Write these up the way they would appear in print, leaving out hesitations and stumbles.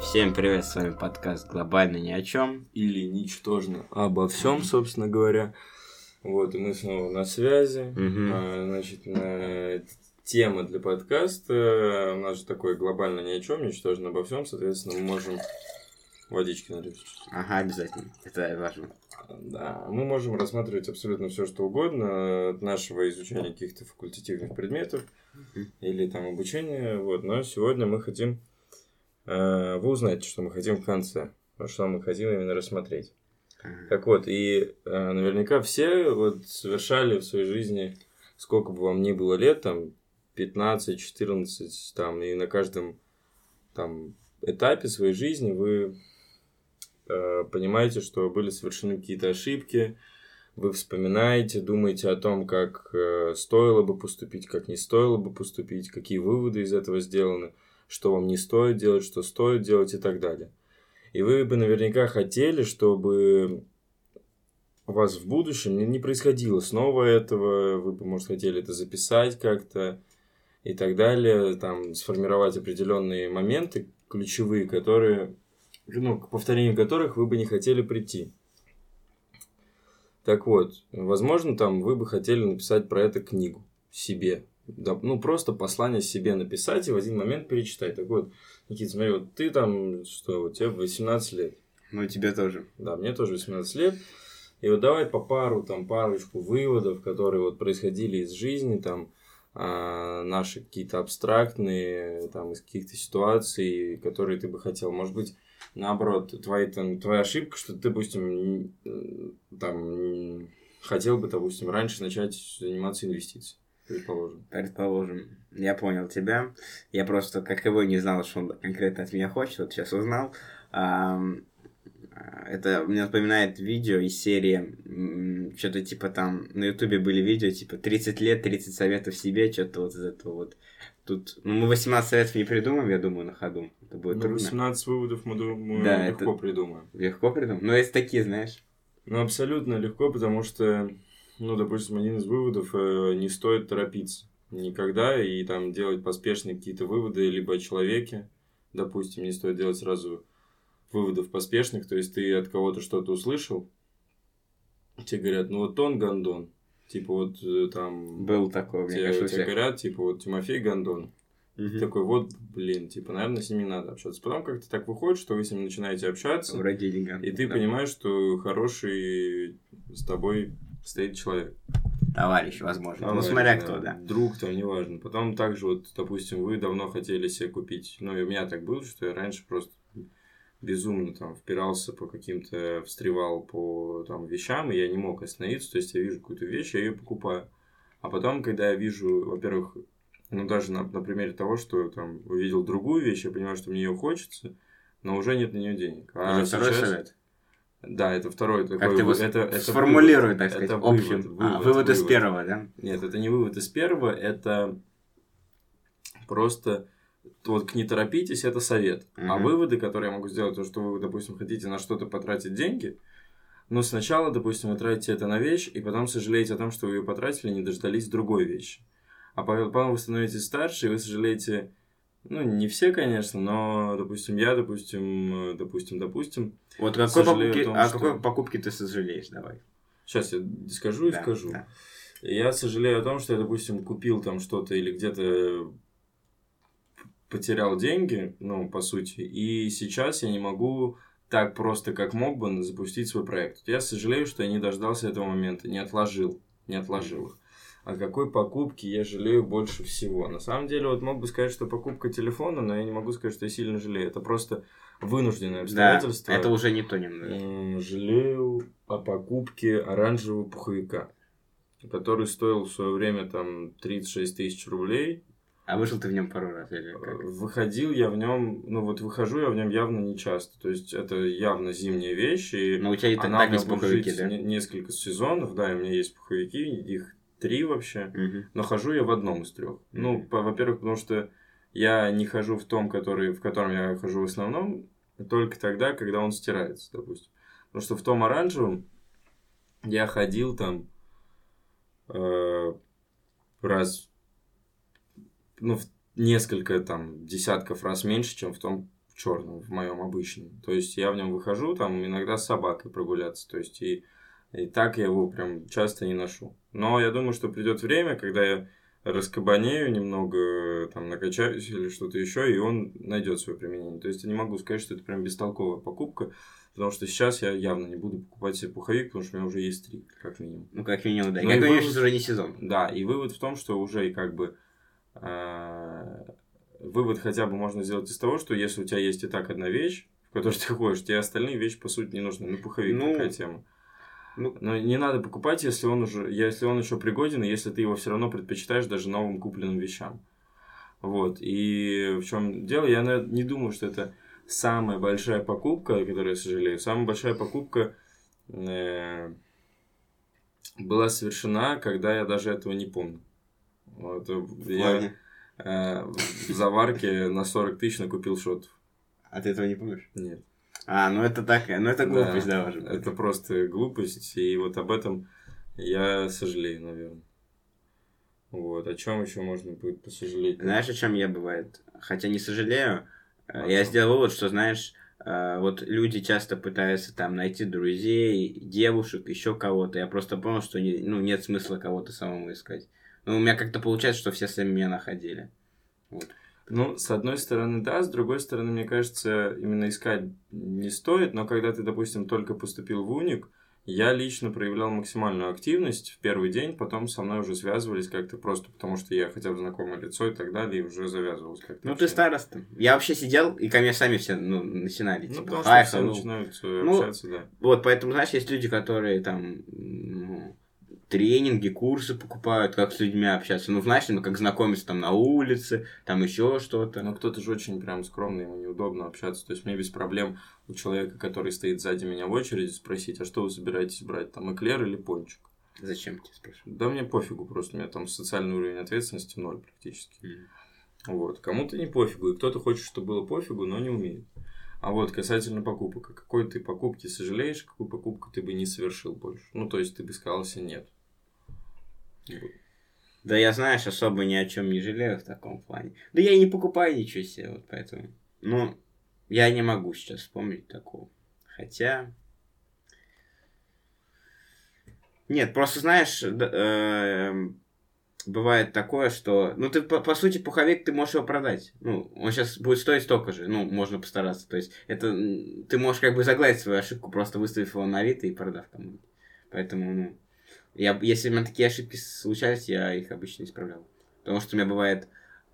Всем привет, с вами подкаст «Глобально ни о чем». Или «Ничтожно обо всем», собственно говоря. Вот, и мы снова на связи. Тема для подкаста у нас же такой «Глобально ни о чем», «Ничтожно обо всем», соответственно, мы можем водички налить. Ага, обязательно, это важно. Да, мы можем рассматривать абсолютно все, что угодно от нашего изучения каких-то факультативных предметов или там обучения. Вот, но сегодня мы хотим... Вы узнаете, что мы хотим в конце, что мы хотим именно рассмотреть. Так вот, и наверняка все вот совершали в своей жизни, сколько бы вам ни было лет, там, 15, 14, там, и на каждом там этапе своей жизни вы понимаете, что были совершены какие-то ошибки, вы вспоминаете, думаете о том, как стоило бы поступить, как не стоило бы поступить, какие выводы из этого сделаны, что вам не стоит делать, что стоит делать и так далее. И вы бы наверняка хотели, чтобы у вас в будущем не происходило снова этого, вы бы, может, хотели это записать как-то и так далее, там, сформировать определенные моменты ключевые, которые, к повторению которых вы бы не хотели прийти. Так вот, возможно, там вы бы хотели написать про это книгу себе. Да, просто послание себе написать и в один момент перечитать. Так вот, Никита, смотри, вот ты там, что, у тебя 18 лет. Ну, и тебе тоже. Да, мне тоже 18 лет. И вот давай по парочку выводов, которые вот происходили из жизни, там, наши какие-то абстрактные, там, из каких-то ситуаций, которые ты бы хотел. Может быть, наоборот, твоя ошибка, что ты, допустим, там, хотел бы, допустим, раньше начать заниматься инвестициями. Предположим. Я понял тебя. Я просто, как его, не знал, что он конкретно от меня хочет. Вот сейчас узнал. Это мне напоминает видео из серии, что-то типа там, на ютубе были видео, типа 30 лет, 30 советов себе, что-то вот из этого вот. Тут, мы 18 советов не придумаем, я думаю, на ходу. Это будет трудно. 18 выводов мы, думаю, да, легко придумаем. Легко придумаем? Но есть такие, знаешь. Абсолютно легко, потому что, допустим, один из выводов, не стоит торопиться никогда и там делать поспешные какие-то выводы либо о человеке, допустим, не стоит делать сразу выводов поспешных, то есть ты от кого-то что-то услышал, тебе говорят, вот он гондон, типа вот там... Был такой, мне кажется, тебе говорят, типа вот Тимофей гондон. Такой, наверное, с ним не надо общаться. Потом как-то так выходит, что вы с ним начинаете общаться, и ты понимаешь, что хороший с тобой стоит человек. Товарищ, возможно. Смотря кто, да. Друг там, неважно. Потом также, вот, допустим, вы давно хотели себе купить. И у меня так было, что я раньше просто безумно там впирался по каким-то, встревал по там вещам, и я не мог остановиться. То есть я вижу какую-то вещь, я ее покупаю. А потом, когда я вижу, во-первых, даже на примере того, что там увидел другую вещь, я понимаю, что мне ее хочется, но уже нет на нее денег. Второй совет. Да, это второй такой. Как ты его сформулируй, так сказать, общем. Вывод из первого, да? Нет, это не вывод из первого, это просто вот не торопитесь, это совет. А выводы, которые я могу сделать, то, что вы, допустим, хотите на что-то потратить деньги, но сначала, допустим, вы тратите это на вещь, и потом сожалеете о том, что вы ее потратили, не дождались другой вещи. А потом вы становитесь старше, и вы сожалеете, не все, конечно, но, допустим, я, допустим. Вот какой покупке ты сожалеешь, давай. Сейчас я скажу и скажу. Да. Я сожалею о том, что я, допустим, купил там что-то или где-то потерял деньги, по сути, и сейчас я не могу так просто, как мог бы, запустить свой проект. Я сожалею, что я не дождался этого момента, не отложил их. О какой покупке я жалею больше всего? На самом деле, вот мог бы сказать, что покупка телефона, но я не могу сказать, что я сильно жалею. Это просто вынужденное обстоятельство. Да, это уже не то немного. Жалею о покупке оранжевого пуховика, который стоил в свое время там 36 тысяч рублей. А вышел ты в нем пару раз? Или как? Выходил я в нем, выхожу я в нем явно не часто. То есть, это явно зимняя вещь. И но у тебя так есть пуховики, да? Несколько сезонов, да, и у меня есть пуховики, их 3 вообще, но хожу я в одном из 3. Во-первых, потому что я не хожу в том, в котором я хожу в основном, только тогда, когда он стирается, допустим. Потому что в том оранжевом я ходил там раз, в несколько там десятков раз меньше, чем в том черном, в моем обычном. То есть я в нем выхожу, там иногда с собакой прогуляться. То есть и так я его прям часто не ношу. Но я думаю, что придет время, когда я раскабанею немного, там, накачаюсь или что-то еще, и он найдет свое применение. То есть я не могу сказать, что это прям бестолковая покупка, потому что сейчас я явно не буду покупать себе пуховик, потому что у меня уже есть 3, как минимум. Ну, как минимум, да. Ну, Как и минимум, вывод- сейчас уже не сезон. Да, и вывод в том, что уже и как бы вывод хотя бы можно сделать из того, что если у тебя есть и так одна вещь, в которой ты ходишь, тебе остальные вещи, по сути, не нужны. Ну, пуховик такая тема. Но не надо покупать, если он еще пригоден, и если ты его все равно предпочитаешь даже новым купленным вещам. Вот. И в чем дело? Я не думаю, что это самая большая покупка, о которой я сожалею. Самая большая покупка была совершена, когда я даже этого не помню. Вот. Я в заварке на 40 тысяч накупил шотов. А ты этого не помнишь? Нет. Ну это такая, ну это глупость, да, уже. Это просто глупость, и вот об этом я сожалею, наверное. Вот, о чем еще можно будет посожалеть? Знаешь, о чем я бывает? Хотя не сожалею, я сделал вывод, что, знаешь, вот люди часто пытаются там найти друзей, девушек, еще кого-то. Я просто понял, что нет смысла кого-то самому искать. Ну, у меня как-то получается, что все сами меня находили. Вот. Ну, с одной стороны, да, с другой стороны, мне кажется, именно искать не стоит, но когда ты, допустим, только поступил в уник, я лично проявлял максимальную активность в первый день, потом со мной уже связывались как-то просто потому, что я хотя бы знакомое лицо и так далее, и уже завязывалось как-то. Ну, ты староста. Я вообще сидел, и ко мне сами все, начинали. Ну, потому что все начинают общаться, да. Вот, поэтому, знаешь, есть люди, которые там тренинги, курсы покупают, как с людьми общаться. Ну, знаешь, как знакомиться там на улице, там еще что-то. Ну, кто-то же очень прям скромный, ему неудобно общаться. То есть, мне без проблем у человека, который стоит сзади меня в очереди, спросить, а что вы собираетесь брать, там, эклер или пончик? Зачем тебе спрашивать? Да мне пофигу просто, у меня там социальный уровень ответственности 0 практически. Вот, кому-то не пофигу, и кто-то хочет, чтобы было пофигу, но не умеет. А вот касательно покупок, о какой ты покупке сожалеешь, какую покупку ты бы не совершил больше? Ну, то есть, ты бы сказал себе нет. Да я, знаешь, особо ни о чем не жалею в таком плане. Да я и не покупаю ничего себе, вот поэтому. Ну, я не могу сейчас вспомнить такого. Хотя... Нет, просто, знаешь, бывает такое, что... Ну, ты, по сути, пуховик, ты можешь его продать. Ну, он сейчас будет стоить столько же. Ну, можно постараться. То есть, это... Ты можешь как бы загладить свою ошибку, просто выставив его на Авито и продав кому-нибудь. Поэтому, ну... Если у меня такие ошибки случались, я их обычно исправлял. Потому что у меня бывает,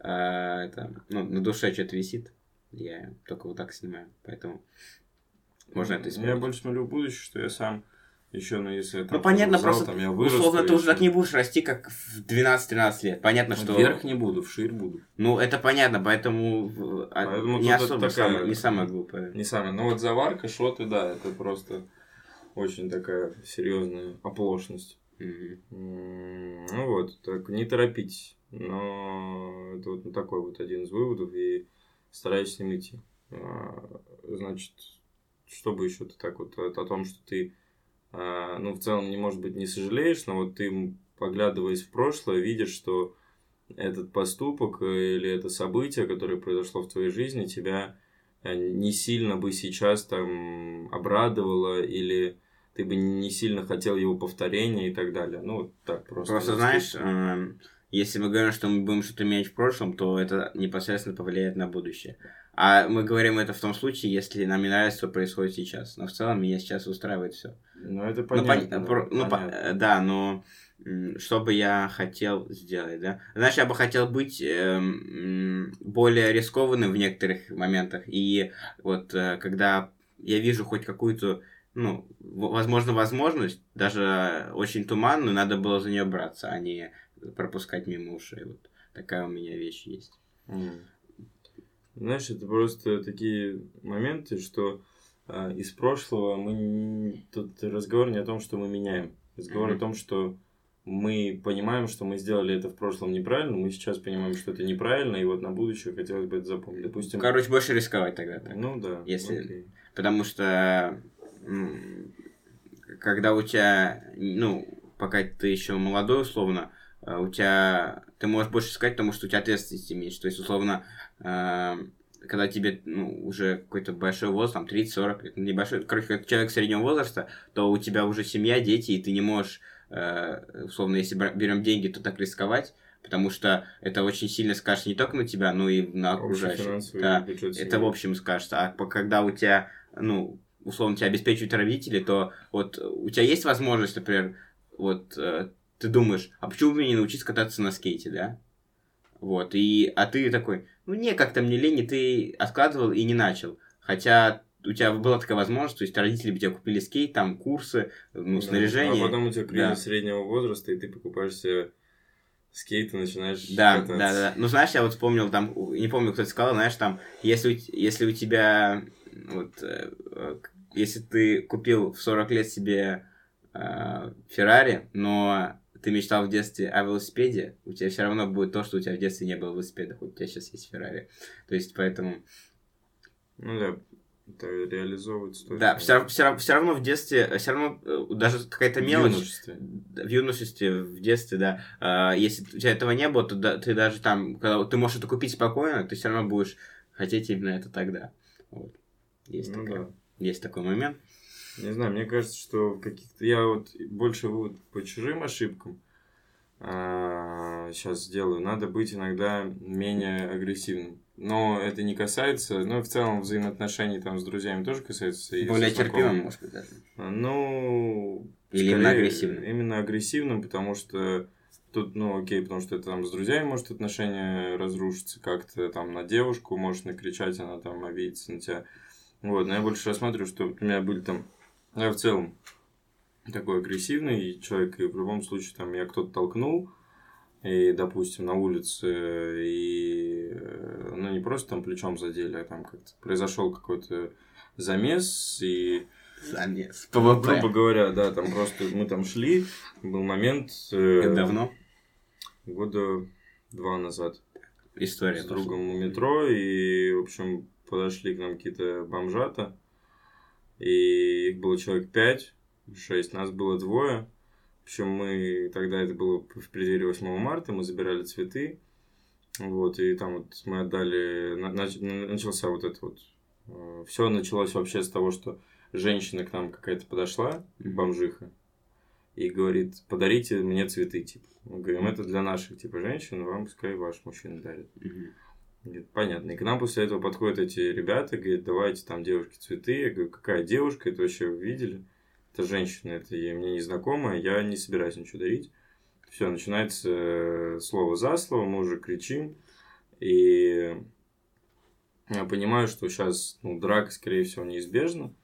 на душе что-то висит, я только вот так снимаю. Поэтому можно это исправить. Я больше смотрю в будущее, что я сам еще, если Ну, понятно, зал, просто, там, я вырасту, условно, ты уже так не будешь расти, как в 12-13 лет. Понятно, что... Вверх не буду, вширь буду. Ну, это понятно, поэтому не особо, не самое глупое. Не самое. Но вот заварка, шоты, да, это просто очень такая серьезная оплошность. Ну вот, так не торопитесь. Но это вот такой вот один из выводов, и стараюсь с ним идти. Значит, чтобы еще ты так вот о том, что ты, в целом, может быть, не сожалеешь, но вот ты, поглядываясь в прошлое, видишь, что этот поступок или это событие, которое произошло в твоей жизни, тебя не сильно бы сейчас там обрадовало или ты бы не сильно хотел его повторения и так далее. Ну, вот так просто. Просто, знаешь, если мы говорим, что мы будем что-то менять в прошлом, то это непосредственно повлияет на будущее. А мы говорим это в том случае, если нам не нравится, что происходит сейчас. Но в целом меня сейчас устраивает все. Ну, это понятно. Да, но что бы я хотел сделать, да? Знаешь, я бы хотел быть более рискованным в некоторых моментах. И вот когда я вижу хоть какую-то возможность, даже очень туманную, надо было за нее браться, а не пропускать мимо ушей. Вот такая у меня вещь есть. Знаешь, это просто такие моменты, что из прошлого тут разговор не о том, что мы меняем. Разговор о том, что мы понимаем, что мы сделали это в прошлом неправильно, мы сейчас понимаем, что это неправильно, и вот на будущее хотелось бы это запомнить. Допустим... Короче, больше рисковать тогда. Так. Ну да. Если... Потому что когда у тебя, пока ты еще молодой, условно, ты можешь больше искать, потому что у тебя ответственности меньше. То есть, условно, когда тебе, уже какой-то большой возраст, там, 30-40 лет, небольшой, короче, как человек среднего возраста, то у тебя уже семья, дети, и ты не можешь, условно, если берем деньги, то так рисковать, потому что это очень сильно скажется не только на тебя, но и на окружающих. Да, это в общем скажется. А когда у тебя, условно, тебя обеспечивают родители, то вот у тебя есть возможность, например, вот ты думаешь, а почему бы мне не научиться кататься на скейте, да? Вот, а ты такой, не, как-то мне лень, и ты откладывал и не начал. Хотя у тебя была такая возможность, то есть родители бы тебе купили скейт, там курсы, снаряжение. А потом у тебя кризис среднего возраста, и ты покупаешь себе скейт и начинаешь кататься. Да. Ну, знаешь, я вот вспомнил, там, не помню, кто это сказал, знаешь, там, если у тебя, если ты купил в 40 лет себе Феррари, но ты мечтал в детстве о велосипеде, у тебя все равно будет то, что у тебя в детстве не было велосипеда, хоть у тебя сейчас есть Феррари. То есть, поэтому... да, это реализовывается тоже. Да, все равно в детстве, даже какая-то мелочь... В юношестве, в детстве, да. Если у тебя этого не было, то ты даже там, когда ты можешь это купить спокойно, ты все равно будешь хотеть именно это тогда. Вот. Есть такой момент. Не знаю, мне кажется, что я вот больше по чужим ошибкам сейчас делаю. Надо быть иногда менее агрессивным. Но это не касается, в целом взаимоотношений там с друзьями тоже касается. Более терпимым, может быть, даже. Или именно агрессивным. Именно агрессивным, потому что тут, окей, потому что это там с друзьями может отношения разрушиться как-то, там на девушку может накричать, она там обидится на тебя. Вот, но я больше рассматриваю, что у меня были там... Я в целом такой агрессивный человек, и в любом случае там меня кто-то толкнул, и, допустим, на улице, и, не просто там плечом задели, а там как-то произошел какой-то замес, и... Замес. Грубо говоря, да, там просто мы там шли, был момент... Это давно? 2 года назад. История. С другом у метро, и, в общем, подошли к нам какие-то бомжата, и их было человек 5-6, нас было 2. В общем, тогда это было в преддверии 8 марта, мы забирали цветы, вот, и там вот мы отдали, начался вот это вот, все началось вообще с того, что женщина к нам какая-то подошла, бомжиха, и говорит, подарите мне цветы, типа. Мы говорим, это для наших, типа, женщин, вам пускай ваш мужчина дарит. Говорит, понятно. И к нам после этого подходят эти ребята, говорят, давайте там девушке цветы. Я говорю, какая девушка, это вообще вы видели? Это женщина, это мне незнакомая, я не собираюсь ничего дарить. Все, начинается слово за слово, мы уже кричим. И я понимаю, что сейчас драка, скорее всего, неизбежна.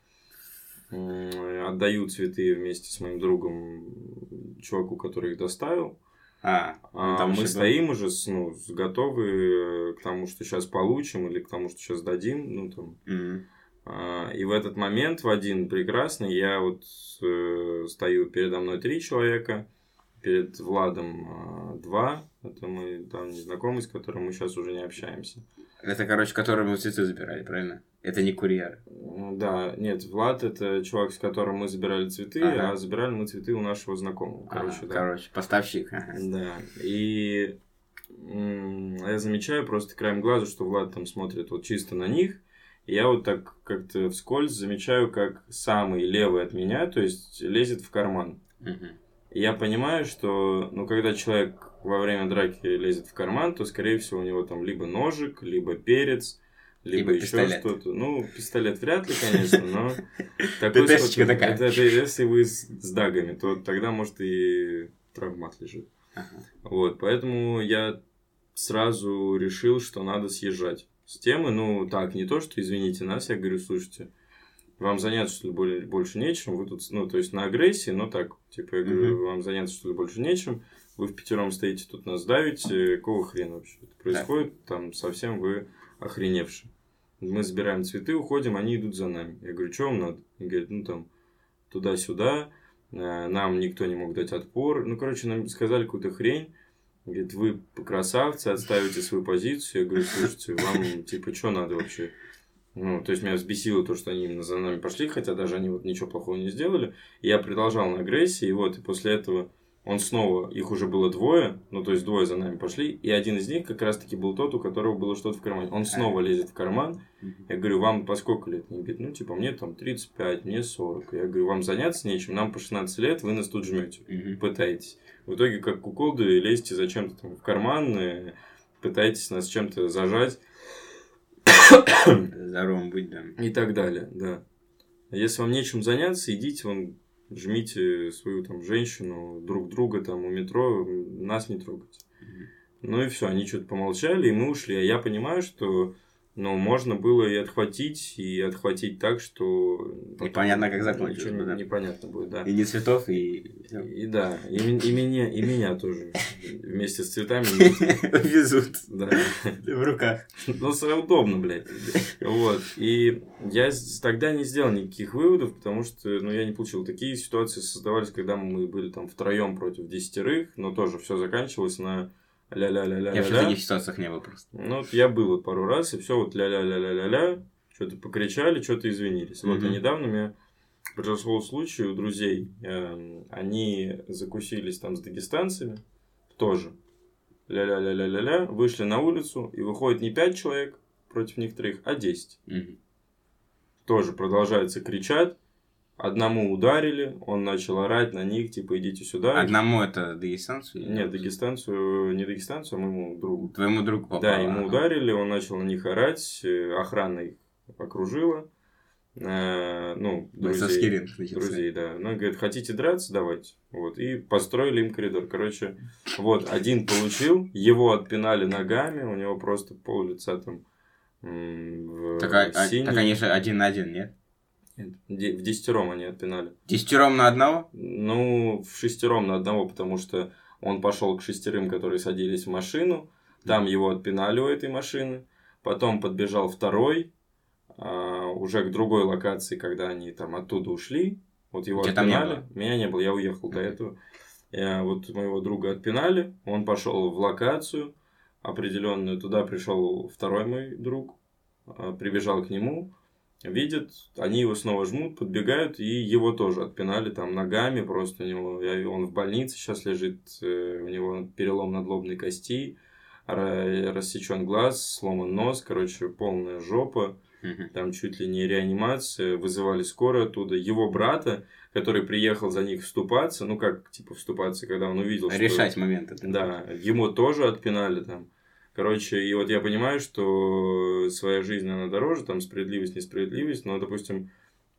Отдаю цветы вместе с моим другом, чуваку, который их доставил. Мы стоим уже готовы к тому, что сейчас получим, или к тому, что сейчас дадим. И в этот момент, в один прекрасный, я вот стою, передо мной 3 человека, перед Владом 2, это мы там незнакомый, с которым мы сейчас уже не общаемся. Это, которому мы цветы забирали, правильно? Это не курьер. Да, нет, Влад это чувак, с которым мы забирали цветы, а забирали мы цветы у нашего знакомого. Поставщик. Да, и я замечаю просто краем глаза, что Влад там смотрит вот чисто на них, и я вот так как-то вскользь замечаю, как самый левый от меня, то есть лезет в карман. И я понимаю, что, когда человек во время драки лезет в карман, то, скорее всего, у него там либо ножик, либо перец, либо еще что-то. Пистолет вряд ли, конечно, но... ТТшечка такая. Это если вы с дагами, то тогда, может, и травмат лежит. Вот, поэтому я сразу решил, что надо съезжать с темы. Не то, что извините нас, я говорю, слушайте, вам заняться, что ли, больше нечем, вы тут, то есть на агрессии, я говорю, вам заняться, что ли, больше нечем, вы в5 стоите тут нас давите, какого хрена вообще это происходит, там совсем вы охреневшие. Мы забираем цветы, уходим, они идут за нами. Я говорю, что вам надо? Они говорят, туда-сюда, нам никто не мог дать отпор. Нам сказали какую-то хрень. Говорит, вы красавцы, отставите свою позицию. Я говорю, слушайте, вам, что надо вообще? То есть, меня взбесило то, что они именно за нами пошли, хотя даже они ничего плохого не сделали. И я продолжал на агрессии, и после этого он снова, их уже было двое, ну, то есть двое за нами пошли, и один из них как раз-таки был тот, у которого было что-то в кармане. Он снова лезет в карман, я говорю, вам по сколько лет? Он говорит, ну, типа, мне там 35, мне 40. Я говорю, вам заняться нечем, нам по 16 лет, вы нас тут жмете, пытаетесь. В итоге, как куколды, лезете зачем-то там в карман, пытаетесь нас чем-то зажать. Здоровым быть, да. И так далее, да. Если вам нечем заняться, идите, жмите свою там женщину, друг друга там у метро, нас не трогайте. Ну и все, они что-то помолчали, и мы ушли. А я понимаю, что можно было и отхватить так, что... Непонятно, как закончится. Ничего непонятно будет, да. И не цветов, и да, и меня тоже вместе с цветами везут. Да. В руках. Ну, удобно, блядь. Вот. И я тогда не сделал никаких выводов, потому что, я не получил. Такие ситуации создавались, когда мы были там втроем против 10, но тоже все заканчивалось на ля-ля-ля-ля-ля. Я в таких ситуациях не был просто. Я был пару раз, и все ля-ля-ля-ля-ля-ля, что-то покричали, что-то извинились. Вот, а недавно мне произошел случай у друзей. Они закусились там с дагестанцами, тоже ля-ля-ля-ля-ля-ля, вышли на улицу, и выходит не 5 человек против них 3, а 10. Тоже продолжается кричать. Одному ударили, он начал орать на них, типа, идите сюда. Одному это дагестанцу? Нет, не дагестанцу, а моему другу. Твоему другу попало? Да, ему ударили, он начал на них орать, охрана их окружила. Друзей, да. Ну, говорит, хотите драться, давайте. Вот, и построили им коридор. Короче, вот, один получил, его отпинали ногами, у него просто пол лица там синий. Так они же 1 на 1, нет? Нет, в 10 они отпинали. 10 на одного? Ну, в 6 на одного, потому что он пошел к 6, которые садились в машину, там его отпинали у этой машины, потом подбежал второй, уже к другой локации, когда они там оттуда ушли, вот его отпинали. Меня не было, я уехал до этого. Вот моего друга отпинали, он пошел в локацию определенную, туда пришел второй мой друг, прибежал к нему, видит, они его снова жмут, подбегают, и его тоже отпинали там ногами, просто у него, он в больнице сейчас лежит, у него перелом надлобной кости, рассечен глаз, сломан нос, короче, полная жопа. Там чуть ли не реанимация, вызывали скорую оттуда. Его брата, который приехал за них вступаться, вступаться, когда он увидел, что... Решать моменты. Да, ему тоже отпинали там. Короче, и вот я понимаю, что своя жизнь, она дороже, там справедливость, несправедливость, но, допустим,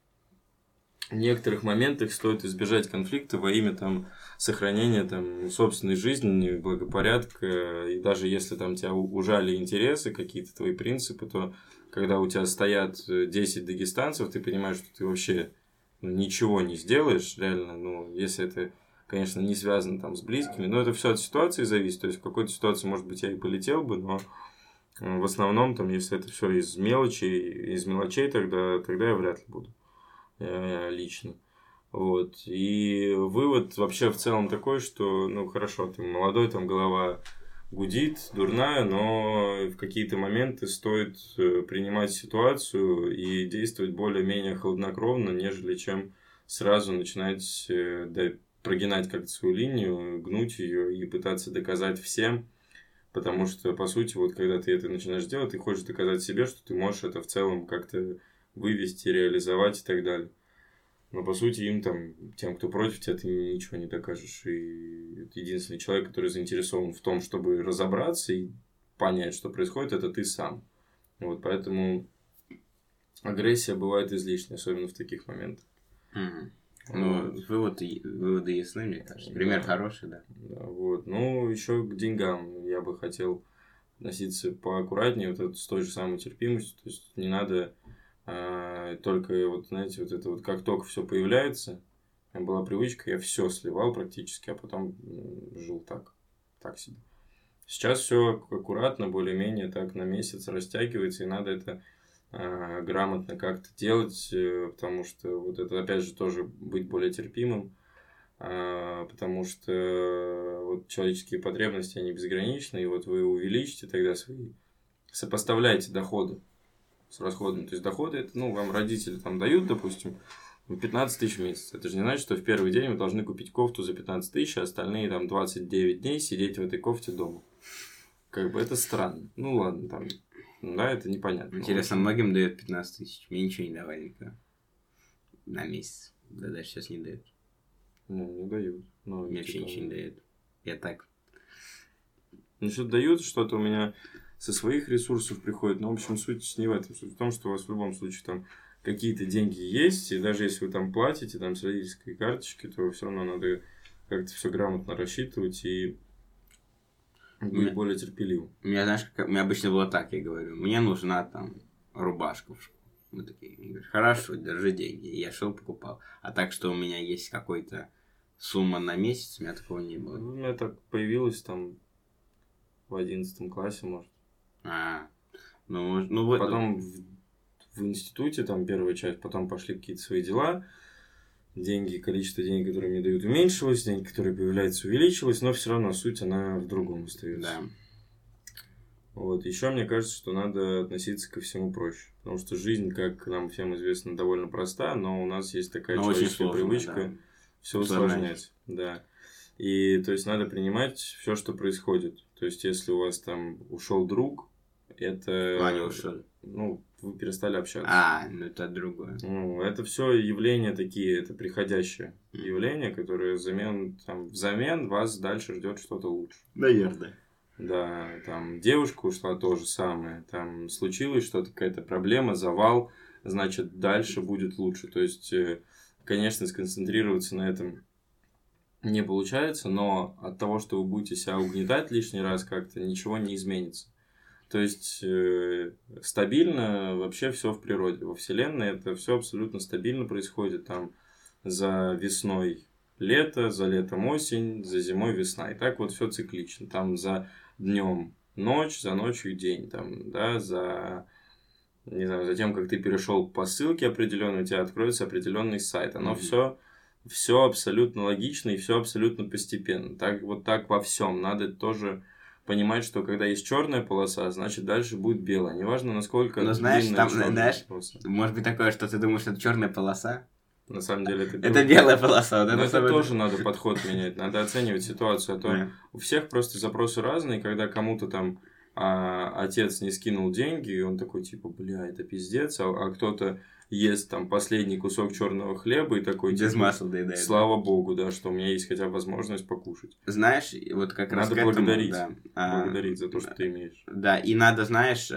в некоторых моментах стоит избежать конфликта во имя там сохранения там собственной жизни, благопорядка, и даже если там тебя ужали интересы, какие-то твои принципы, то когда у тебя стоят 10 дагестанцев, ты понимаешь, что ты вообще ничего не сделаешь, реально, если это, конечно, не связано там с близкими, но это все от ситуации зависит, то есть в какой-то ситуации, может быть, я и полетел бы, но в основном, там, если это все из мелочей, тогда я вряд ли буду, лично. Вот. И вывод вообще в целом такой, что, хорошо, ты молодой, там голова гудит, дурная, но в какие-то моменты стоит принимать ситуацию и действовать более-менее хладнокровно, нежели чем сразу начинать прогинать как-то свою линию, гнуть ее и пытаться доказать всем. Потому что, по сути, вот когда ты это начинаешь делать, ты хочешь доказать себе, что ты можешь это в целом как-то вывести, реализовать и так далее. Но, по сути, тем, кто против тебя, ты ничего не докажешь. И единственный человек, который заинтересован в том, чтобы разобраться и понять, что происходит, это ты сам. Вот, поэтому агрессия бывает излишней, особенно в таких моментах. Выводы ясны, мне кажется. Пример хороший, да. Да, вот. Еще к деньгам я бы хотел относиться поаккуратнее, вот это с той же самой терпимостью. То есть не надо только, знаете, это как только все появляется, у меня была привычка, я все сливал практически, а потом жил так себе. Сейчас все аккуратно, более-менее так на месяц растягивается, и надо это грамотно как-то делать, потому что вот это, опять же, тоже быть более терпимым, потому что вот человеческие потребности, они безграничны, и вот вы увеличите тогда свои, сопоставляете доходы с расходами. То есть доходы, это, вам родители там дают, допустим, 15 тысяч в месяц. Это же не значит, что в первый день вы должны купить кофту за 15 тысяч, а остальные там 29 дней сидеть в этой кофте дома. Как бы это странно. Ну ладно, там, да, это непонятно. Интересно, многим дают 15 тысяч. Мне ничего не давали никогда. На месяц. Да даже сейчас не дают. Ну, не дают. Мне вообще ничего не дают. Я так. Ну, что-то дают, что-то у меня со своих ресурсов приходит. Но, в общем, суть не в этом. Суть в том, что у вас в любом случае там какие-то деньги есть. И даже если вы там платите там с родительской карточки, то все равно надо как-то все грамотно рассчитывать и быть более терпеливым. У меня, знаешь, у меня обычно было так, я говорю, мне нужна там рубашка в школу. Мы такие, я говорю, хорошо, держи деньги. И я шел, покупал. А так, что у меня есть какой-то сумма на месяц, у меня такого не было. У меня так появилось там в 11 классе, может. Ну вот. Потом в институте, там первая часть, потом пошли какие-то свои дела. Деньги, количество денег, которые мне дают, уменьшилось, деньги, которые появляются, увеличилось, но все равно суть, она в другом остается. Да. Вот. Еще мне кажется, что надо относиться ко всему проще. Потому что жизнь, как нам всем известно, довольно проста, но у нас есть такая человеческая привычка все усложнять. Да. И то есть надо принимать все, что происходит. То есть, если у вас там ушел друг, это. Ваня ушел. Ну, вы перестали общаться. Ну это другое. Ну, это все явления такие, это приходящие явления, которые взамен вас дальше ждет что-то лучше. Наверное. Да, там девушка ушла, то же самое. Там случилось что-то, какая-то проблема, завал, значит, дальше будет лучше. То есть, конечно, сконцентрироваться на этом не получается, но от того, что вы будете себя угнетать лишний раз как-то, ничего не изменится. То есть, стабильно вообще все в природе. Во Вселенной это все абсолютно стабильно происходит. Там за весной лето, за летом осень, за зимой весна. И так вот все циклично. Там за днем ночь, за ночью день. Там, да, не знаю, за тем, как ты перешел по ссылке определенной, у тебя откроется определенный сайт. Оно все абсолютно логично и все абсолютно постепенно. Так во всем. Надо тоже понимать, что когда есть черная полоса, значит дальше будет белая. Неважно, насколько длинная полоса. Может быть такое, что ты думаешь, что это черная полоса? На самом деле это белая полоса. Но это тоже надо подход менять. Надо оценивать ситуацию. А то у всех просто запросы разные. Когда кому-то там отец не скинул деньги, и он такой типа, бля, это пиздец. А кто-то ест там последний кусок черного хлеба и такой без масла доедает. Слава богу, да, что у меня есть хотя бы возможность покушать. Знаешь, вот как раз надо благодарить. Благодарить за то, что ты имеешь. Да, и надо, знаешь,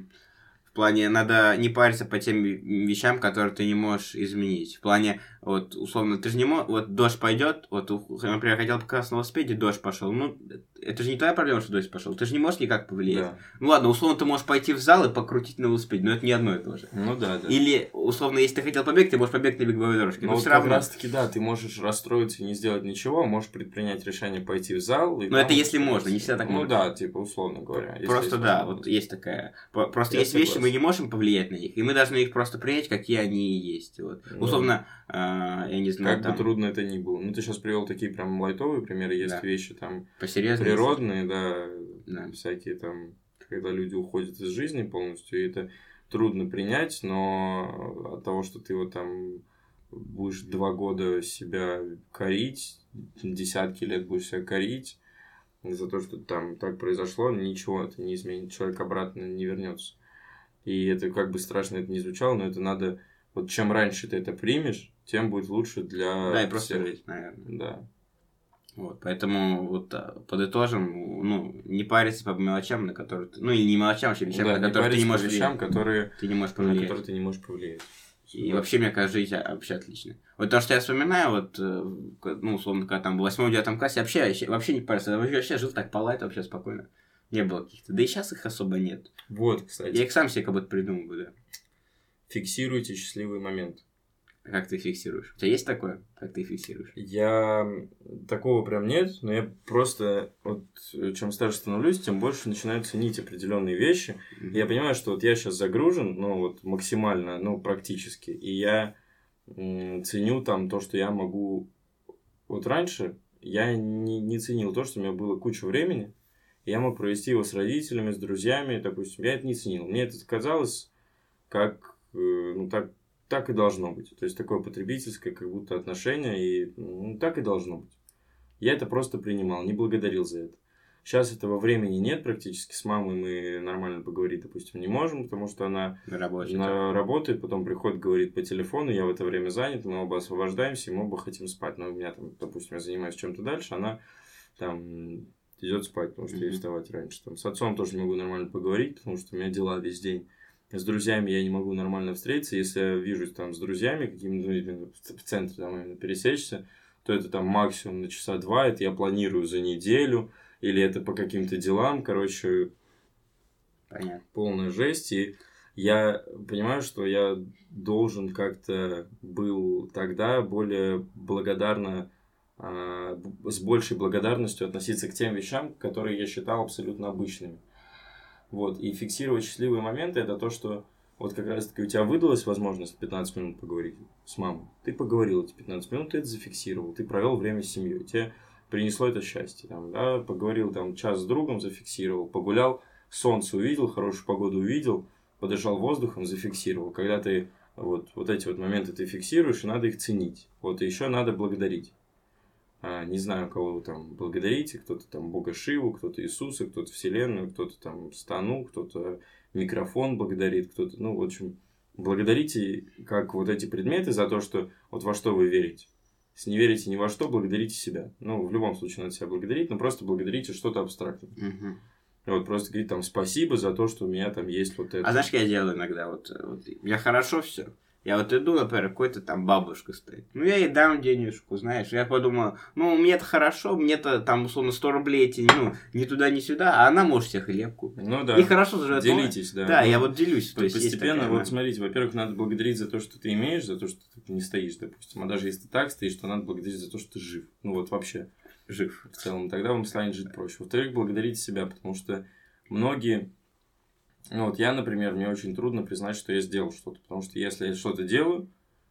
в плане, надо не париться по тем вещам, которые ты не можешь изменить. В плане, вот, условно, ты же не можешь, вот дождь пойдет, вот, например, хотел покататься на велосипеде, дождь пошел. Ну, это же не твоя проблема, что дождь пошел. Ты же не можешь никак повлиять. Да. Ну ладно, условно, ты можешь пойти в зал и покрутить на велосипеде, но это не одно и то же. Ну да. Или, условно, если ты хотел побегать, ты можешь побегать на беговой дорожке. Но вот все равно. Как раз таки, да, ты можешь расстроиться и не сделать ничего, можешь предпринять решение пойти в зал. Но это если можно, не всегда так можно. Ну да, типа, условно говоря. Просто да, вот есть такая. Просто есть вещи, мы не можем повлиять на них, и мы должны их просто принять, какие они есть. Вот. Условно, я не знаю. Как бы трудно это ни было. Ну, ты сейчас привел такие прям лайтовые примеры, есть вещи там посерьезнее, природные, да, всякие там, когда люди уходят из жизни полностью, и это трудно принять, но от того, что ты вот там будешь 2 года себя корить, десятки лет будешь себя корить за то, что там так произошло, ничего это не изменит, человек обратно не вернется. И это как бы страшно это не звучало, но это надо, вот чем раньше ты это примешь, тем будет лучше для всех. И просто жить, наверное. Да. Вот, поэтому вот подытожим, не париться по мелочам, на которые ты, или не мелочам, вообще вещам, на которые ты не можешь вещам, на которые ты не можешь повлиять. И вообще, мне кажется, жизнь вообще отлично. Вот то, что я вспоминаю, вот, условно, когда там был в 8-9 классе, вообще не парился, я вообще жил так по лайту, вообще спокойно. Не было каких-то. Да и сейчас их особо нет. Вот, кстати. Я их сам себе как будто придумываю, да. Фиксируйте счастливый момент. Как ты фиксируешь? У тебя есть такое? Как ты фиксируешь? Такого прям нет, но я просто, вот, чем старше становлюсь, тем больше начинаю ценить определенные вещи. Mm-hmm. Я понимаю, что вот я сейчас загружен, максимально, практически, и я ценю там то, что я могу... Вот раньше я не ценил то, что у меня было куча времени, я мог провести его с родителями, с друзьями, допустим. Я это не ценил. Мне это казалось как, так и должно быть. То есть, такое потребительское как будто отношение, и так и должно быть. Я это просто принимал, не благодарил за это. Сейчас этого времени нет практически. С мамой мы нормально поговорить, допустим, не можем, потому что она работает, потом приходит, говорит по телефону, я в это время занят, мы оба освобождаемся, и мы оба хотим спать. Но у меня там, допустим, я занимаюсь чем-то дальше, она там идет спать, потому что ей вставать раньше. Там, с отцом тоже не могу нормально поговорить, потому что у меня дела весь день. С друзьями я не могу нормально встретиться. Если я вижусь там с друзьями, какими-то в центре там, именно пересечься, то это там максимум на часа 2, это я планирую за неделю, или это по каким-то делам, короче, понятно. Полная жесть. И я понимаю, что я должен как-то был тогда более благодарно, с большей благодарностью относиться к тем вещам, которые я считал абсолютно обычными. Вот. И фиксировать счастливые моменты, это то, что вот как раз-таки у тебя выдалась возможность 15 минут поговорить с мамой. Ты поговорил эти 15 минут, ты это зафиксировал, ты провел время с семьей, тебе принесло это счастье. Там, да, поговорил там час с другом, зафиксировал, погулял, солнце увидел, хорошую погоду увидел, подышал воздухом, зафиксировал. Когда ты вот эти вот моменты ты фиксируешь, и надо их ценить. Вот, и еще надо благодарить. Не знаю, кого вы там благодарите, кто-то там Бога Шиву, кто-то Иисуса, кто-то Вселенную, кто-то там Стану, кто-то микрофон благодарит, кто-то, ну, в общем, благодарите как вот эти предметы за то, что вот во что вы верите. Если не верите ни во что, благодарите себя. Ну, в любом случае надо себя благодарить, но просто благодарите что-то абстрактное. Вот просто говорить там спасибо за то, что у меня там есть вот это. А знаешь, что я делаю иногда? Вот я хорошо все. Я вот иду, например, какой-то там бабушка стоит. Ну, я ей дам денежку, знаешь. Я подумал, ну, мне-то хорошо, мне-то там, условно, 100 рублей эти, ну, ни туда, ни сюда, а она может себе хлеб купить. Ну, да. И хорошо же. Делитесь, да. Да, я вот делюсь. То есть постепенно, вот смотрите, во-первых, надо благодарить за то, что ты имеешь, за то, что ты не стоишь, допустим. А даже если ты так стоишь, то надо благодарить за то, что ты жив. Ну, вот вообще жив в целом. Тогда вам станет жить проще. Во-вторых, благодарите себя, потому что многие... Ну, вот я, например, мне очень трудно признать, что я сделал что-то. Потому что если я что-то делаю,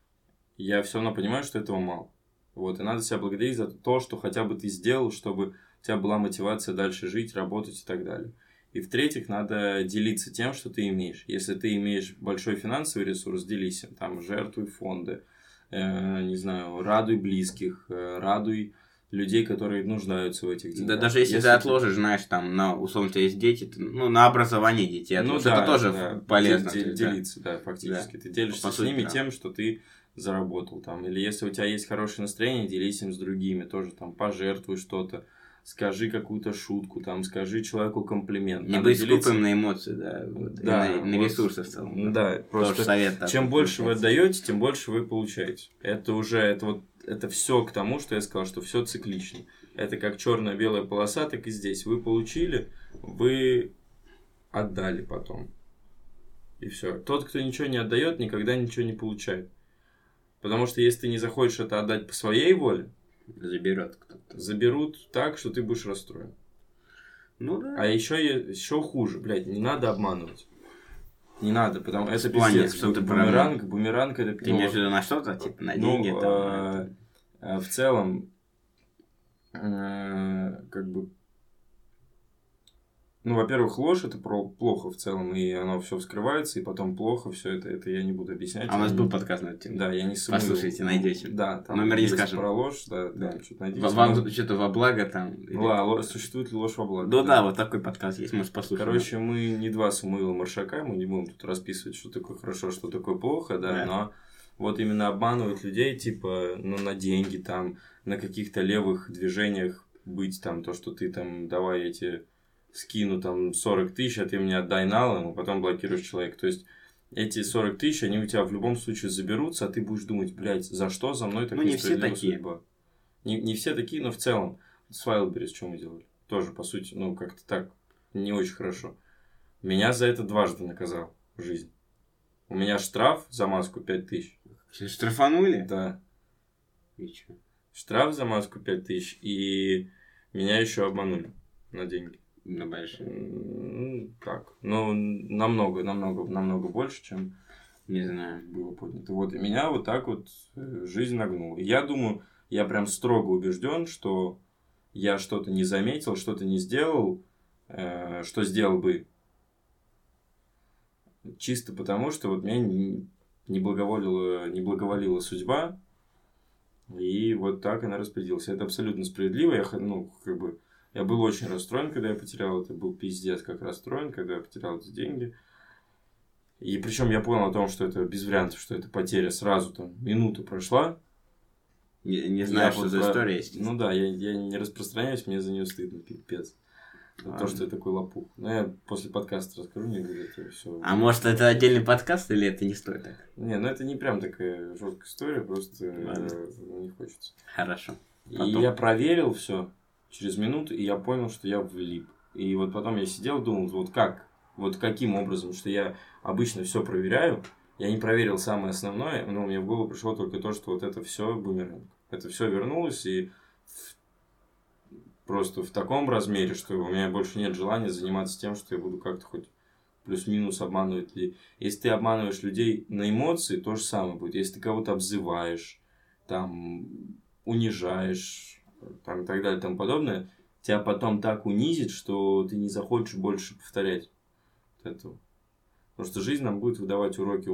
я все равно понимаю, что этого мало. Вот, и надо себя благодарить за то, что хотя бы ты сделал, чтобы у тебя была мотивация дальше жить, работать и так далее. И в-третьих, надо делиться тем, что ты имеешь. Если ты имеешь большой финансовый ресурс, делись им. Там, жертвуй фонды, не знаю, радуй близких, радуй людей, которые нуждаются в этих деньгах. Да, даже если ты отложишь, знаешь, там, на, условно, у тебя есть дети, ну, на образование детей отложишь, это тоже полезно. Делиться, да, фактически. Да. Ты делишься с ними тем, что ты заработал. Там. Или если у тебя есть хорошее настроение, делись им с другими. Тоже там пожертвуй что-то, скажи какую-то шутку, там, скажи человеку комплимент. Не быть скупым на эмоции, да, вот, да, на ресурсы в целом. Да, просто совет чем больше вы отдаете, тем больше вы получаете. Это уже, это все к тому, что я сказал, что все циклично. Это как черно-белая полоса, так и здесь. Вы получили, вы отдали потом. И все. Тот, кто ничего не отдает, никогда ничего не получает. Потому что если ты не захочешь это отдать по своей воле, заберет кто-то. Заберут так, что ты будешь расстроен. Ну да. А еще хуже, блядь, не надо обманывать. Не надо, потому что это пиздец. Что ты бумеранг это... Ты имеешь в виду на что-то, типа на деньги? В целом, как бы... Ну, во-первых, ложь это плохо в целом, и оно все вскрывается, и потом плохо все это я не буду объяснять. А у нас был подкаст на эту тему. Да, я не сумею. Послушайте, найдете. Да, там номер не скажем. Про ложь, да. Что-то найдите. Что-то во благо там. Существует ли ложь во благо? Ну да, вот такой подкаст есть, может послушать. Короче, мы не два Самуила Маршака, мы не будем тут расписывать, что такое хорошо, что такое плохо, да. Но вот именно обманывать людей, типа, ну, на деньги, там, на каких-то левых движениях быть, там, то, что ты там, давай эти... скину там 40 тысяч, а ты мне отдай налом, а потом блокируешь человека. То есть, эти 40 тысяч, они у тебя в любом случае заберутся, а ты будешь думать, блядь, за что за мной такая несправедливая судьба? Не все такие, но в целом. С Wildberries что мы делали? Тоже, по сути, ну, как-то так, не очень хорошо. Меня за это дважды наказал жизнь. У меня штраф за маску 5 тысяч. Штрафанули? Да. И что? Штраф за маску 5 тысяч, и меня еще обманули на деньги. На большие. Так. Ну, намного больше, чем не знаю, было поднято. Вот, и меня вот так вот жизнь нагнула. И я думаю, я прям строго убежден, что я что-то не заметил, что-то не сделал, что сделал бы. Чисто потому, что вот меня не благоволила судьба, и вот так она распределилась. Это абсолютно справедливо. Я был очень расстроен, когда я потерял это. Был пиздец как расстроен, когда я потерял эти деньги. И причем я понял о том, что это без вариантов, что это потеря сразу там минута прошла. Не знаю, что за история есть. Ну да, я не распространяюсь, мне за нее стыдно, пипец. То, что я такой лопух. Но я после подкаста расскажу, не буду это все. А может, это отдельный подкаст, или это не стоит так? Не, ну это не прям такая жесткая история, просто не хочется. Хорошо. И я проверил все через минуту, и я понял, что я влип. И вот потом я сидел, думал, вот каким образом, что я обычно все проверяю, я не проверил самое основное, но мне в голову пришло только то, что вот это все бумеранг. Это все вернулось, и просто в таком размере, что у меня больше нет желания заниматься тем, что я буду как-то хоть плюс-минус обманывать людей. Если ты обманываешь людей на эмоции, то же самое будет. Если ты кого-то обзываешь, там, унижаешь, там, и так далее и тому подобное, тебя потом так унизит, что ты не захочешь больше повторять этого. Потому что жизнь нам будет выдавать уроки,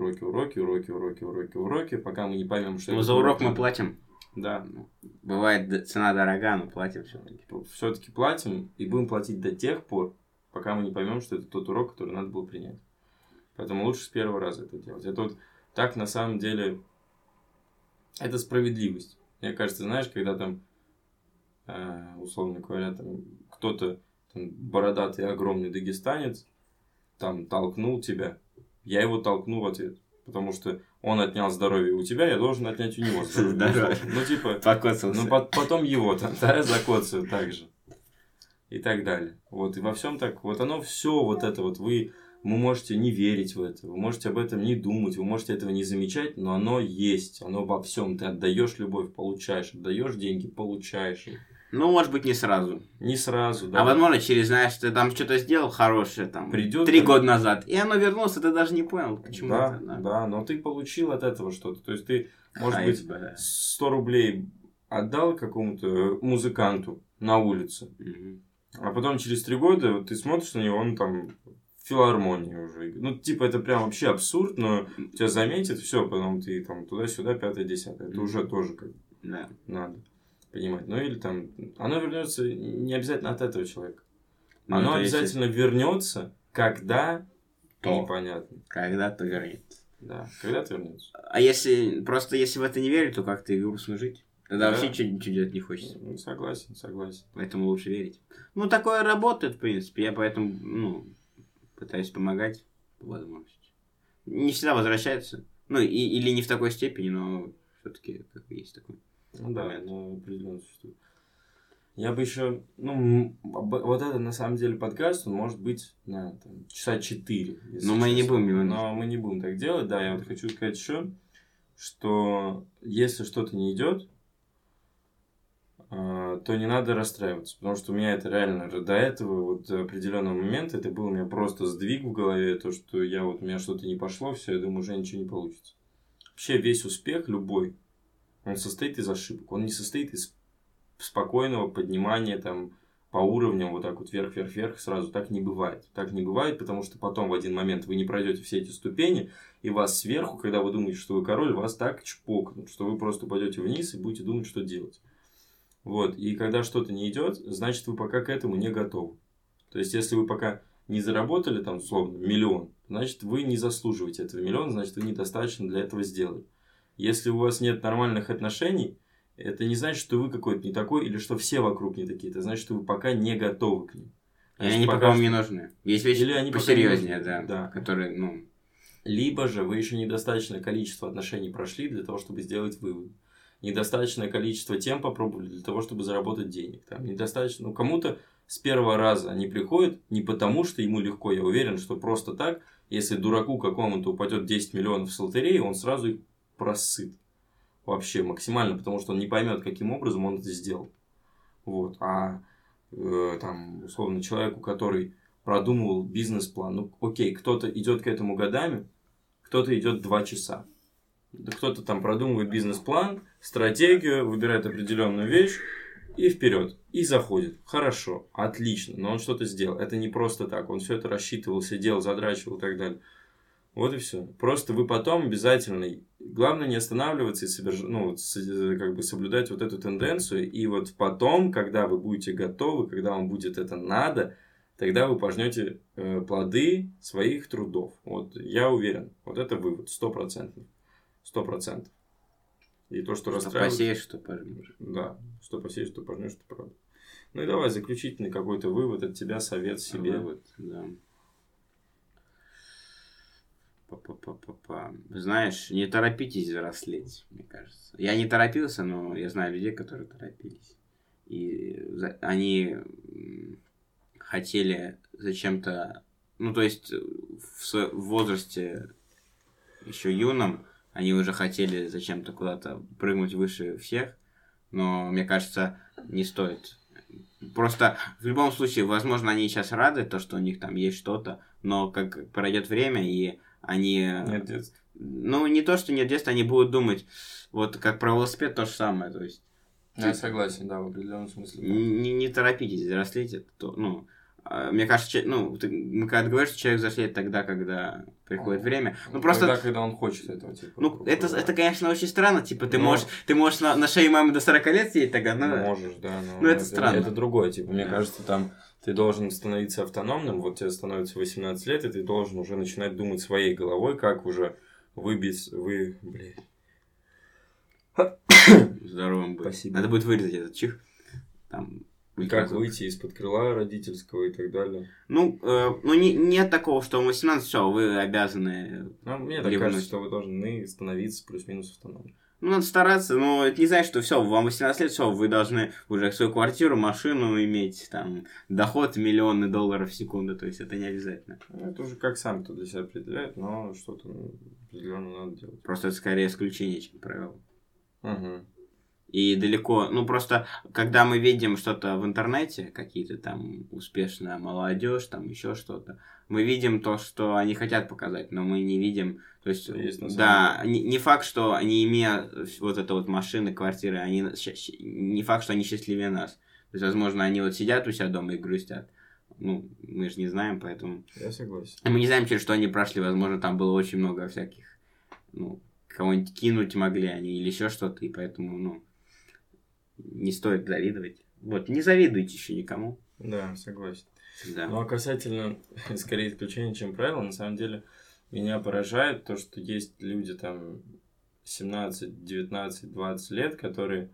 пока мы не поймем, что это. Ну, за урок мы платим. Да. Бывает, цена дорога, но платим все-таки. Все-таки платим и будем платить до тех пор, пока мы не поймем, что это тот урок, который надо было принять. Поэтому лучше с первого раза это делать. Это вот так на самом деле, это справедливость. Мне кажется, знаешь, когда там, условно говоря, там кто-то там, бородатый огромный дагестанец там толкнул тебя, я его толкну в ответ. Потому что он отнял здоровье у тебя, я должен отнять у него здоровье. Ну, типа, покоцался. Ну, потом его там, да, закоцаю так же. И так далее. Вот, и во всем так, вот оно все вот это вот, вы можете не верить в это, вы можете об этом не думать, вы можете этого не замечать, но оно есть, оно во всем. Ты отдаешь любовь, получаешь, отдаешь деньги, получаешь. Ну, может быть, не сразу. Не сразу, да. А возможно, через, знаешь, ты там что-то сделал хорошее, там, придет 3 года назад, и оно вернулось, ты даже не понял, почему да, это. Да, но ты получил от этого что-то. То есть, ты, может быть, 100 рублей отдал какому-то музыканту на улице, а потом через 3 года вот, ты смотришь на него, он там в филармонии уже. Ну, типа, это прям вообще абсурд, но тебя заметят, все, потом ты там туда-сюда, 5-10. Это уже тоже как бы надо понимать. Ну, или там, оно вернется не обязательно от этого человека. Оно обязательно вернется, когда непонятно. Когда-то вернется. Да, когда-то вернется. А если в это не верить, то как-то и грустно жить. Тогда вообще ничего делать не хочется. Согласен. Поэтому лучше верить. Ну, такое работает, в принципе. Я поэтому, пытаюсь помогать по возможности. Не всегда возвращается. Ну, или не в такой степени, но все-таки как есть такой. Ну да, но определенно существует. Я бы еще, вот это на самом деле подкаст, он может быть на часа 4. Но мы не будем. Но мы не будем так делать, да. Я вот хочу сказать еще, что если что-то не идет, то не надо расстраиваться, потому что у меня это реально до этого, вот до определенного момента, это был у меня просто сдвиг в голове, то, что у меня что-то не пошло, все, я думаю, уже ничего не получится. Вообще весь успех, любой, он состоит из ошибок, он не состоит из спокойного поднимания там по уровням вот так вот вверх сразу. Так не бывает. Так не бывает, потому что потом в один момент вы не пройдете все эти ступени, и вас сверху, когда вы думаете, что вы король, вас так чпокнут, что вы просто упадете вниз и будете думать, что делать. Вот. И когда что-то не идет, значит, вы пока к этому не готовы. То есть, если вы пока не заработали там, условно, 1 миллион, значит, вы не заслуживаете этого 1 миллиона, значит, вы недостаточно для этого сделали. Если у вас нет нормальных отношений, это не значит, что вы какой-то не такой, или что все вокруг не такие. Это значит, что вы пока не готовы к ним. Или они пока вам не нужны. Есть вещи или они посерьезнее, да, которые, Либо же вы еще недостаточное количество отношений прошли для того, чтобы сделать вывод. Недостаточное количество тем попробовали для того, чтобы заработать денег. Там недостаточно. Кому-то с первого раза они приходят не потому, что ему легко. Я уверен, что просто так, если дураку какому-то упадет 10 миллионов с лотереи, он сразу их просыт. Вообще максимально, потому что он не поймет, каким образом он это сделал. Вот. А там, условно, человеку, который продумывал бизнес-план, окей, кто-то идет к этому годами, кто-то идет 2 часа. Кто-то там продумывает бизнес-план, стратегию, выбирает определенную вещь и вперед. И заходит. Хорошо, отлично, но он что-то сделал. Это не просто так. Он все это рассчитывал, сидел, задрачивал и так далее. Вот и все. Просто вы потом обязательно... Главное не останавливаться и как бы соблюдать вот эту тенденцию. И вот потом, когда вы будете готовы, когда вам будет это надо, тогда вы пожнете плоды своих трудов. Вот я уверен. Вот это вывод. 100%. 100%. И то, что расстраивает... Что посеешь, что пожнешь. Да. Что посеешь, что пожнешь, что правда. Ну и давай заключительный какой-то вывод от тебя, совет себе. Вывод, да. Знаешь, не торопитесь взрослеть, мне кажется. Я не торопился, но я знаю людей, которые торопились. И они хотели зачем-то... Ну, то есть, в возрасте еще юном они уже хотели зачем-то куда-то прыгнуть выше всех. Но, мне кажется, не стоит. Просто, в любом случае, возможно, они сейчас рады, то, что у них там есть что-то. Но как пройдет время, и они... Нет детства. Ну, не то, что нет детства, они будут думать, вот как про велосипед, то же самое, то есть... Я согласен, да, в определенном смысле. Не торопитесь взрослеть, это то, ну... Мне кажется, когда говоришь, что человек взрослеет тогда, когда приходит время. Ну, просто... Когда он хочет этого, типа. Ну, это, конечно, очень странно, типа, ты можешь на шее мамы до 40 лет сидеть тогда, но... Можешь, да, но это странно. Это другое, типа, мне кажется, там... Ты должен становиться автономным, вот тебе становится 18 лет, и ты должен уже начинать думать своей головой, как уже Здоровым быть. Спасибо. Надо будет вырезать этот чих. Там, как выйти из-под крыла родительского и так далее. Нет такого, что в 18 часов вы обязаны... Мне так кажется, что вы должны становиться плюс-минус автономным. Ну, надо стараться, но это не значит, что все, вам 18 лет, все, вы должны уже свою квартиру, машину иметь, там, доход миллионы долларов в секунду, то есть это не обязательно. Это уже как сам кто для себя определяет, но что-то определенно надо делать. Просто это скорее исключение, чем правило. Угу. И далеко, просто, когда мы видим что-то в интернете, какие-то там успешная молодежь, там еще что-то, мы видим то, что они хотят показать, но мы не видим, то есть да, не факт, что они, имея вот это вот машины, квартиры, не факт, что они счастливее нас. То есть, возможно, они вот сидят у себя дома и грустят. Ну, мы же не знаем, поэтому... Я согласен. Мы не знаем, через что они прошли, возможно, там было очень много всяких, кого-нибудь кинуть могли они или еще что-то, и поэтому, не стоит завидовать. Вот, не завидуйте еще никому. Да, согласен. Да. Ну, а касательно, скорее, исключения, чем правила, на самом деле, меня поражает то, что есть люди там 17, 19, 20 лет, которые,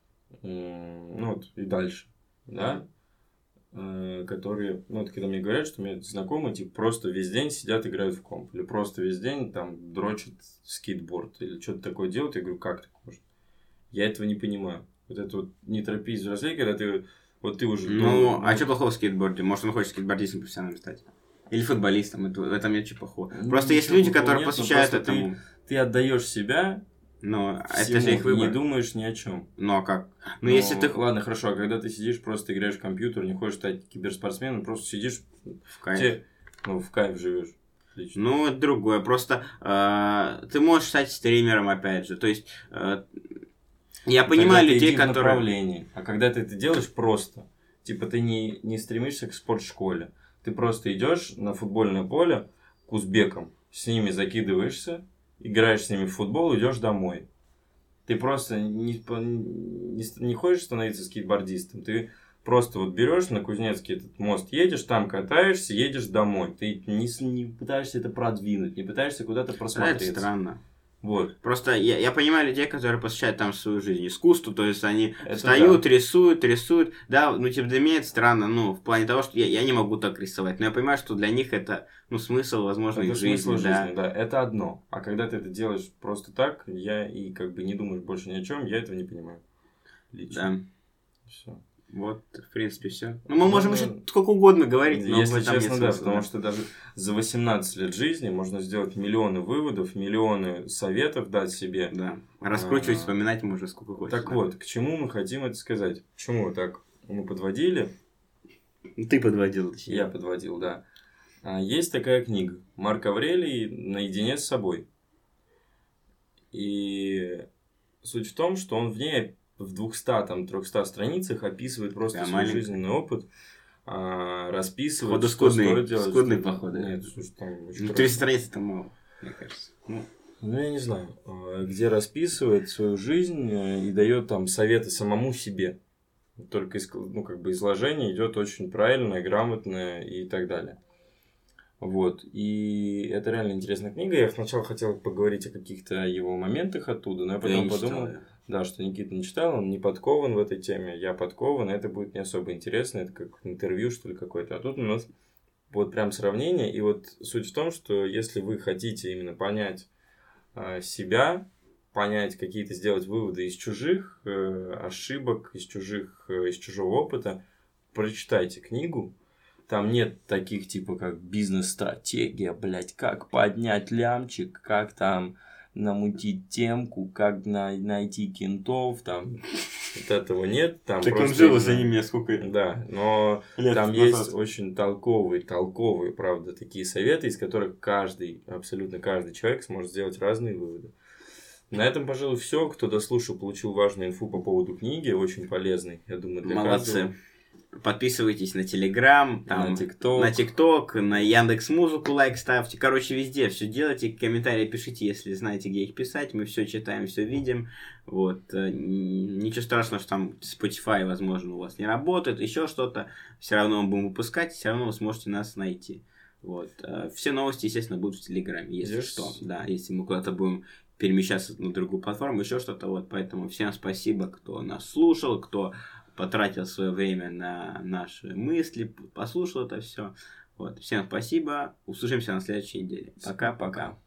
и дальше, да, которые, когда мне говорят, что у меня знакомые, типа, просто весь день сидят, играют в комп, или просто весь день там дрочат скейтборд, или что-то такое делают, я говорю, как так можно? Я этого не понимаю. Вот это вот не торопись взрослеть, когда ты уже... А что плохого в скейтборде? Может, он хочет скейтбордистом профессиональным стать? Или футболистом? В этом нет ничего плохого. Просто есть люди, которые посвящают этому. Ты отдаешь себя, это же их выбор. Не думаешь ни о чем. Ну, а как? Если ты... Ладно, хорошо, а когда ты сидишь, просто играешь в компьютер, не хочешь стать киберспортсменом, просто сидишь... В кайф. В кайф живешь. Отлично. Это другое. Просто ты можешь стать стримером, опять же. То есть... Я понимаю людей, которые... А когда ты это делаешь просто, типа ты не стремишься к спортшколе, ты просто идешь на футбольное поле к узбекам, с ними закидываешься, играешь с ними в футбол, идешь домой. Ты просто не хочешь становиться скейтбордистом, ты просто берешь на Кузнецкий этот мост, едешь, там катаешься, едешь домой. Ты не пытаешься это продвинуть, не пытаешься куда-то просмотреться. Это странно. Вот. Просто я понимаю людей, которые посвящают там свою жизнь искусству, то есть они встают, рисуют, да, для меня это странно, в плане того, что я не могу так рисовать, но я понимаю, что для них это, смысл, возможно, их жизни, да, это одно, а когда ты это делаешь просто так, не думаешь больше ни о чем, я этого не понимаю. Лично. Да. Все. Вот, в принципе, все. Мы можем еще сколько угодно говорить, но если в этом честно, нет смысла, потому что даже за 18 лет жизни можно сделать миллионы выводов, миллионы советов дать себе. Да. Раскручивать, вспоминать можно сколько хочешь. Так вот, к чему мы хотим это сказать? Почему так мы подводили? Ты подводил. Я подводил, да. Есть такая книга Марк Аврелий «Наедине с собой». И суть в том, что он в ней в 200-300 страницах описывает просто свой жизненный опыт, расписывает, что стоит делать. Скудный, походу. Нет, слушай, там очень 300 страниц это мало. мне кажется. Ну, я не знаю, где расписывает свою жизнь и дает там советы самому себе. Только изложение идет очень правильное, грамотное и так далее. Вот. И это реально интересная книга. Я сначала хотел поговорить о каких-то его моментах оттуда, но я потом подумал, что Никита не читал, он не подкован в этой теме, я подкован, это будет не особо интересно, это как интервью, что ли, какое-то. А тут у нас вот прям сравнение. И вот суть в том, что если вы хотите именно понять себя, понять какие-то, сделать выводы из чужих ошибок, из чужого опыта, прочитайте книгу. Там нет таких типа как бизнес-стратегия, блядь, как поднять лямчик, как там намутить темку, как найти кентов, там вот этого нет. Там так он жил за ними сколько лет. Да, но лет там есть очень толковые, правда, такие советы, из которых абсолютно каждый человек сможет сделать разные выводы. На этом, пожалуй, все. Кто дослушал, получил важную инфу по поводу книги, очень полезной, я думаю, для каждого. Подписывайтесь на Телеграм, на ТикТок, на Яндекс.Музыку лайк ставьте. Короче, везде все делайте, комментарии пишите, если знаете, где их писать. Мы все читаем, все видим. Вот. Ничего страшного, что там Spotify, возможно, у вас не работает, еще что-то. Все равно мы будем выпускать, все равно вы сможете нас найти. Вот. Все новости, естественно, будут в Телеграме, если что. Да, если мы куда-то будем перемещаться на другую платформу, еще что-то. Вот. Поэтому всем спасибо, кто нас слушал, кто потратил свое время на наши мысли, послушал это все. Вот. Всем спасибо. Услышимся на следующей неделе. Пока-пока.